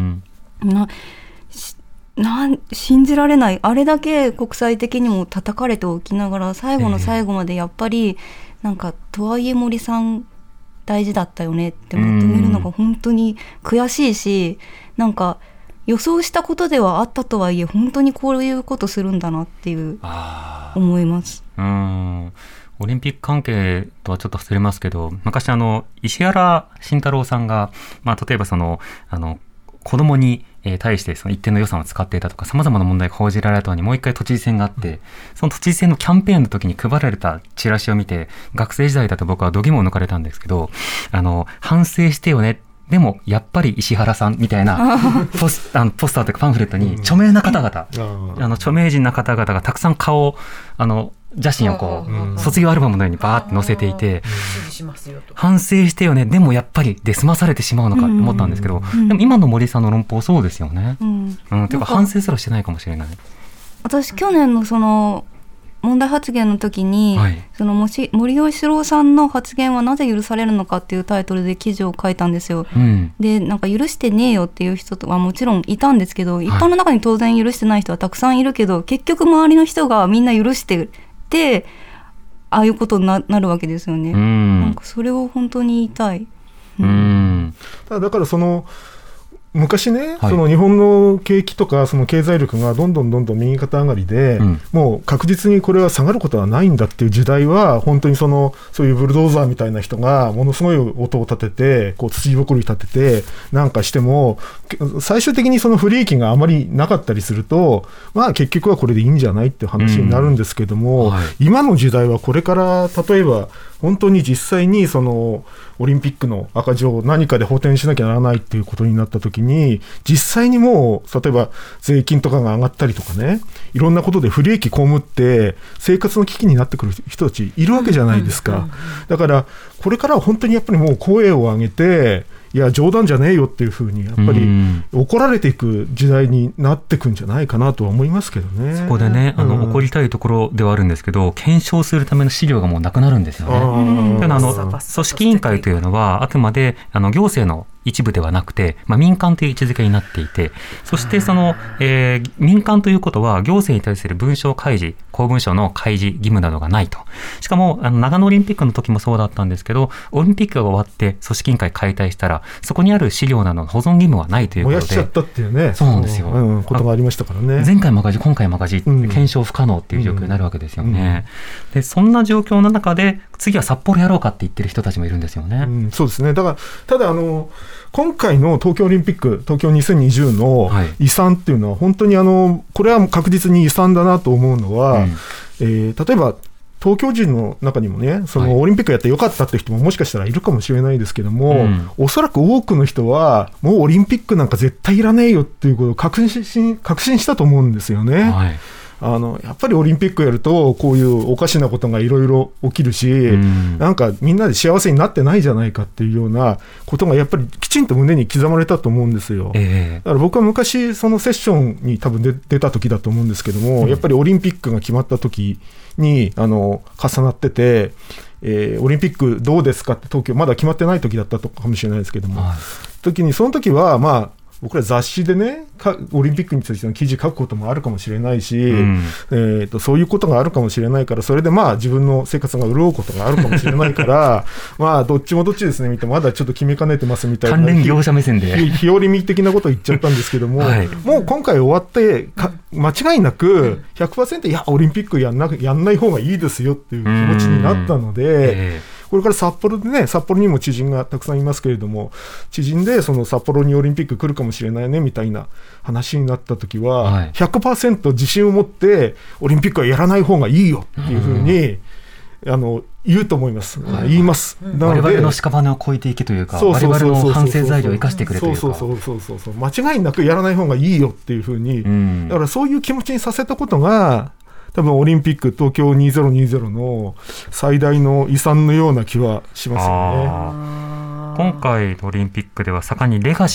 信じられない。あれだけ国際的にも叩かれておきながら最後の最後までやっぱりなんかとはいえ森さん大事だったよねってまとめるのが本当に悔しいし、なんか予想したことではあったとはいえ本当にこういうことするんだなっていう思います。 オリンピック関係とはちょっと忘れますけど、昔石原慎太郎さんが、例えば子供に対してその一定の予算を使っていたとか様々な問題が報じられた後にもう一回都知事選があって、その都知事選のキャンペーンの時に配られたチラシを見て、学生時代だと僕は度肝を抜かれたんですけど、反省してよね、でもやっぱり石原さんみたいなポスターというかパンフレットに著名な方々、著名人な方々がたくさん顔写真をこう卒業アルバムのようにバーって載せていて、反省してよね、でもやっぱりで済まされてしまうのかと思ったんですけど、でも今の森さんの論法そうですよね。というか反省すらしてないかもしれない。 私去年のその問題発言の時に、その森喜朗さんの発言はなぜ許されるのかっていうタイトルで記事を書いたんですよ。でなんか許してねえよっていう人はもちろんいたんですけど、一般の中に当然許してない人はたくさんいるけど、結局周りの人がみんな許してでああいうことに なるわけですよね。なんかそれを本当に言いたい。 だからその昔ね、その日本の景気とかその経済力がどんどん右肩上がりで、もう確実にこれは下がることはないんだっていう時代は、本当にそういうブルドーザーみたいな人がものすごい音を立てて、こう土ぼこり立ててなんかしても、最終的にその不利益があまりなかったりすると、結局はこれでいいんじゃないっていう話になるんですけども、今の時代はこれから例えば本当に実際にそのオリンピックの赤字を何かで補填しなきゃならないっていうことになった時に、実際にもう例えば税金とかが上がったりとかね、いろんなことで不利益被って生活の危機になってくる人たちいるわけじゃないですか。だからこれからは本当にやっぱりもう声を上げて、いや冗談じゃねえよっていうふうにやっぱり怒られていく時代になっていくんじゃないかなとは思いますけどね。 そこでね、怒りたいところではあるんですけど、検証するための資料がもうなくなるんですよね。組織委員会というのはあくまで行政の一部ではなくて、民間という位置づけになっていて、そしてその、民間ということは行政に対する文書開示、公文書の開示義務などがないと。しかも長野オリンピックの時もそうだったんですけど、オリンピックが終わって組織委員会解体したら、そこにある資料などの保存義務はないということで、 燃やしちゃったっていうね、 そうなんですよ、 ことがありましたからね。 前回も赤字今回も赤字、検証不可能っていう状況になるわけですよね。でそんな状況の中で次は札幌やろうかって言ってる人たちもいるんですよね。 そうですね。だからただ今回の東京オリンピック、東京2020の遺産っていうのは本当にこれは確実に遺産だなと思うのは、例えば東京人の中にもね、そのオリンピックやってよかったって人ももしかしたらいるかもしれないですけども、おそらく多くの人はもうオリンピックなんか絶対いらねえよっていうことを確信したと思うんですよね。やっぱりオリンピックやるとこういうおかしなことがいろいろ起きるし、なんかみんなで幸せになってないじゃないかっていうようなことがやっぱりきちんと胸に刻まれたと思うんですよ。だから僕は昔そのセッションに多分出た時だと思うんですけども、やっぱりオリンピックが決まった時に重なってて、オリンピックどうですかって東京まだ決まってない時だったかもしれないですけども、その時は僕ら雑誌でね、オリンピックについての記事書くこともあるかもしれないし、そういうことがあるかもしれないから、それで自分の生活が潤うことがあるかもしれないからどっちもどっちですねみたいな、まだちょっと決めかねてますみたいな関連業者目線で日和見的なことを言っちゃったんですけども、もう今回終わって間違いなく 100% いやオリンピックやんない方がいいですよっていう気持ちになったので、これから札幌でね、札幌にも知人がたくさんいますけれども、知人でその札幌にオリンピック来るかもしれないねみたいな話になった時は、100% 自信を持ってオリンピックはやらない方がいいよっていうふうに言うと思います。言います。 我々の屍を越えていけというか、我々の反省材料を生かしてくれというか、 間違いなくやらない方がいいよっていうふうに、だからそういう気持ちにさせたことが多分オリンピック東京2020の最大の遺産のような気はしますよね。 今回のオリンピックでは盛んにレガシー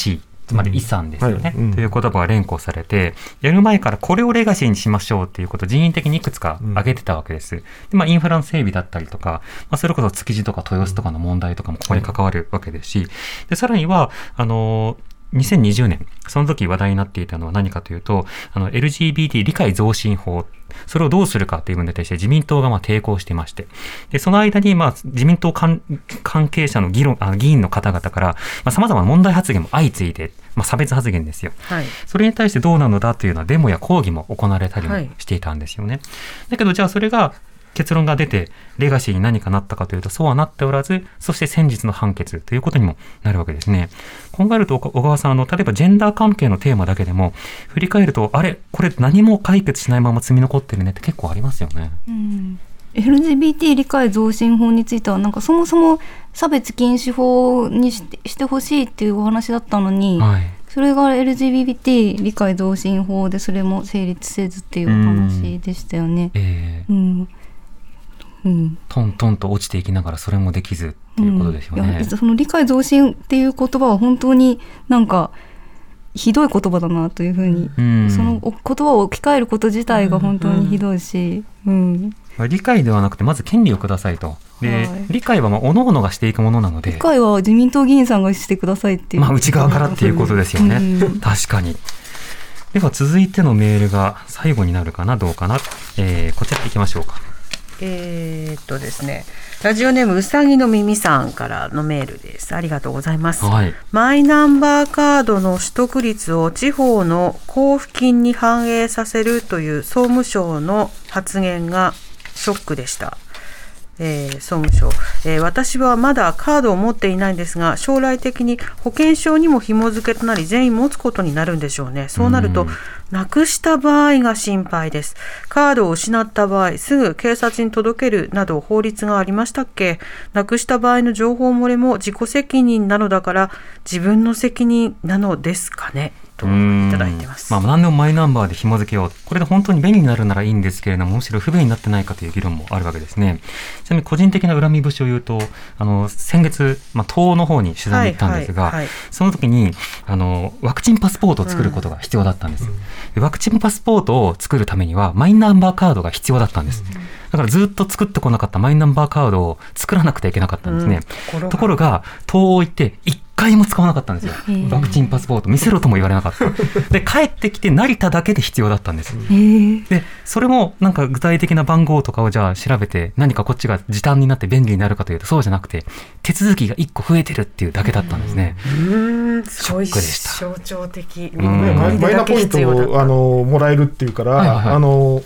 つまり遺産ですよね、という言葉が連呼されて、やる前からこれをレガシーにしましょうっていうことを人為的にいくつか挙げてたわけです。で、インフラの整備だったりとか、それこそ築地とか豊洲とかの問題とかもここに関わるわけですし、でさらには2020年、その時話題になっていたのは何かというと、LGBT 理解増進法、それをどうするかという分に対して自民党が抵抗していまして、でその間に自民党関係者の議員の方々から様々な問題発言も相次いで、差別発言ですよ、はい、それに対してどうなのだというようなデモや抗議も行われたりもしていたんですよね、はい、だけどじゃあそれが結論が出てレガシーに何かなったかというとそうはなっておらず、そして先日の判決ということにもなるわけですね。考えると小川さん、例えばジェンダー関係のテーマだけでも振り返ると、あれこれ何も解決しないまま積み残ってるねって結構ありますよね。 LGBT 理解増進法についてはそもそも差別禁止法にしてほしいっていうお話だったのに、はい、それが LGBT 理解増進法でそれも成立せずっていうお話でしたよね。 トントンと落ちていきながらそれもできずっていうことですよね。 その理解増進っていう言葉は本当にひどい言葉だなというふうに、その言葉を置き換えること自体が本当にひどいし、 理解ではなくてまず権利をくださいと。で、理解は各々がしていくものなので、 理解は自民党議員さんがしてくださいっていう、 内側からっていうことですよね、確かに。では続いてのメールが最後になるかな、どうかな、こちら行きましょうか。 ですね、ラジオネームうさぎの耳さんからのメールです。ありがとうございます、はい、マイナンバーカードの取得率を地方の交付金に反映させるという総務省の発言がショックでした。総務省、私はまだカードを持っていないんですが、将来的に保険証にも紐付けとなり全員持つことになるんでしょうね。そうなるとなくした場合が心配です。カードを失った場合すぐ警察に届けるなど法律がありましたっけ？なくした場合の情報漏れも自己責任なのだから自分の責任なのですかね、といただいてます。 何でもマイナンバーで紐付けよう、これで本当に便利になるならいいんですけれども、むしろ不便になってないかという議論もあるわけですね。ちなみに個人的な恨み節を言うと、先月、東の方に取材に行ったんですが、その時にワクチンパスポートを作ることが必要だったんです、でワクチンパスポートを作るためにはマイナンバーカードが必要だったんです、だからずっと作ってこなかったマイナンバーカードを作らなくてはいけなかったんですね、ところが党を置いて1回も使わなかったんですよ。ワクチンパスポート見せろとも言われなかったで帰ってきて成田だけで必要だったんです。でそれも具体的な番号とかをじゃあ調べて何かこっちが時短になって便利になるかというとそうじゃなくて、手続きが1個増えてるっていうだけだったんですね。ショックでした。 象徴的。 マイナポイントをもらえるっていうから、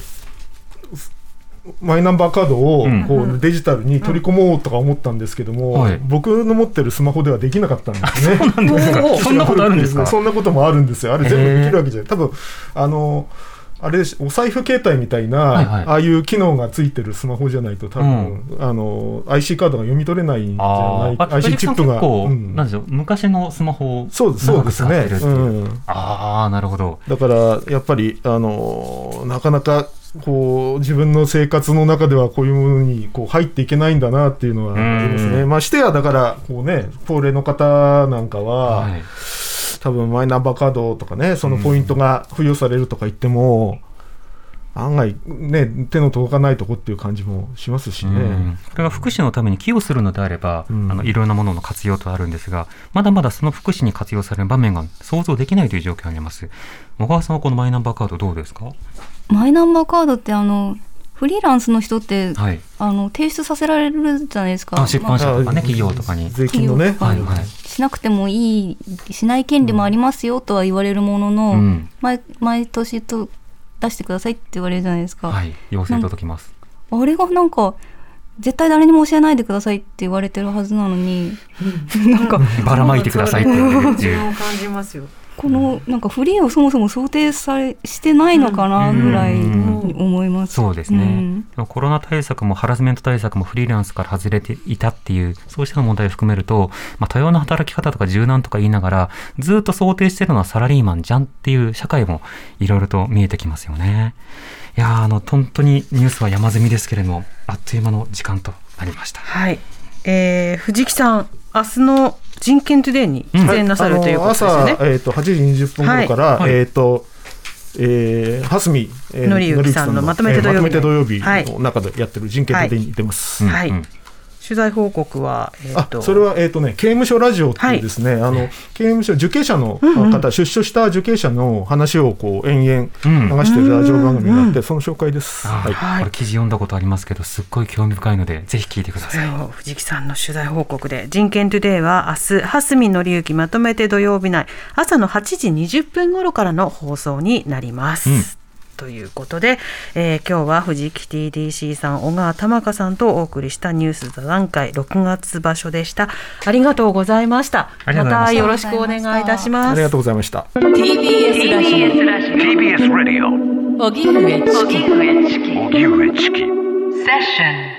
マイナンバーカードをこうデジタルに取り込もうとか思ったんですけども、僕の持ってるスマホではできなかったんですね。 そうなんですか。そんなことあるんですか。 そんなこともあるんですよ。あれ全部できるわけじゃない。多分あれお財布携帯みたいな、ああいう機能がついてるスマホじゃないと多分、IC カードが読み取れないんじゃない。IC チップが、 なんでしょう、昔のスマホをそうですね。 なるほど。 だからやっぱりなかなか自分の生活の中ではこういうものに入っていけないんだなっていうのはありますね。してやだから高齢の方なんかは、多分マイナンバーカードとかね、そのポイントが付与されるとか言っても、案外ね手の届かないとこっていう感じもしますしね。 これが福祉のために寄与するのであれば、いろんなものの活用とあるんですが、まだまだその福祉に活用される場面が想像できないという状況にあります。小川さんはこのマイナンバーカードどうですか？ マイナンバーカードってフリーランスの人って、提出させられるじゃないですか。 出版社とかね、企業とかに税金のね、 しなくてもいい、しない権利もありますよとは言われるものの、毎年と出してくださいって言われるじゃないですか。 要請届きます。 あれが絶対誰にも教えないでくださいって言われてるはずなのに、 ばらまいてくださいって言われてる。 感じますよ。 このフリーをそもそも想定してないのかなぐらい思います。 そうですね、コロナ対策もハラスメント対策もフリーランスから外れていたっていう、そうした問題を含めると、多様な働き方とか柔軟とか言いながらずっと想定してるのはサラリーマンじゃんっていう社会もいろいろと見えてきますよね。いや本当にニュースは山積みですけれども、あっという間の時間となりました。 藤木さん、 明日の人権トゥデイに出演なさるということですよね。 朝、8時20分頃から、蓮見紀之さんのまとめて土曜日の中でやってる人権トゥデイに出ます。 取材報告は、 それは、刑務所ラジオっていうですね、刑務所受刑者の方、出所した受刑者の話をこう延々流しているラジオ番組があって、その紹介です。 これ記事読んだことありますけど、すっごい興味深いのでぜひ聞いてください。 藤木さんの取材報告で、人権トゥデイは明日蓮見紀之まとめて土曜日内朝の8時20分頃からの放送になります。ということで、今日は藤木 TDC さん、小川玉香さんとお送りしたニュース座談会6月場所でした。ありがとうございました。またよろしくお願いいたします。 ありがとうございました。 TBS ラジオ荻上チキセッション。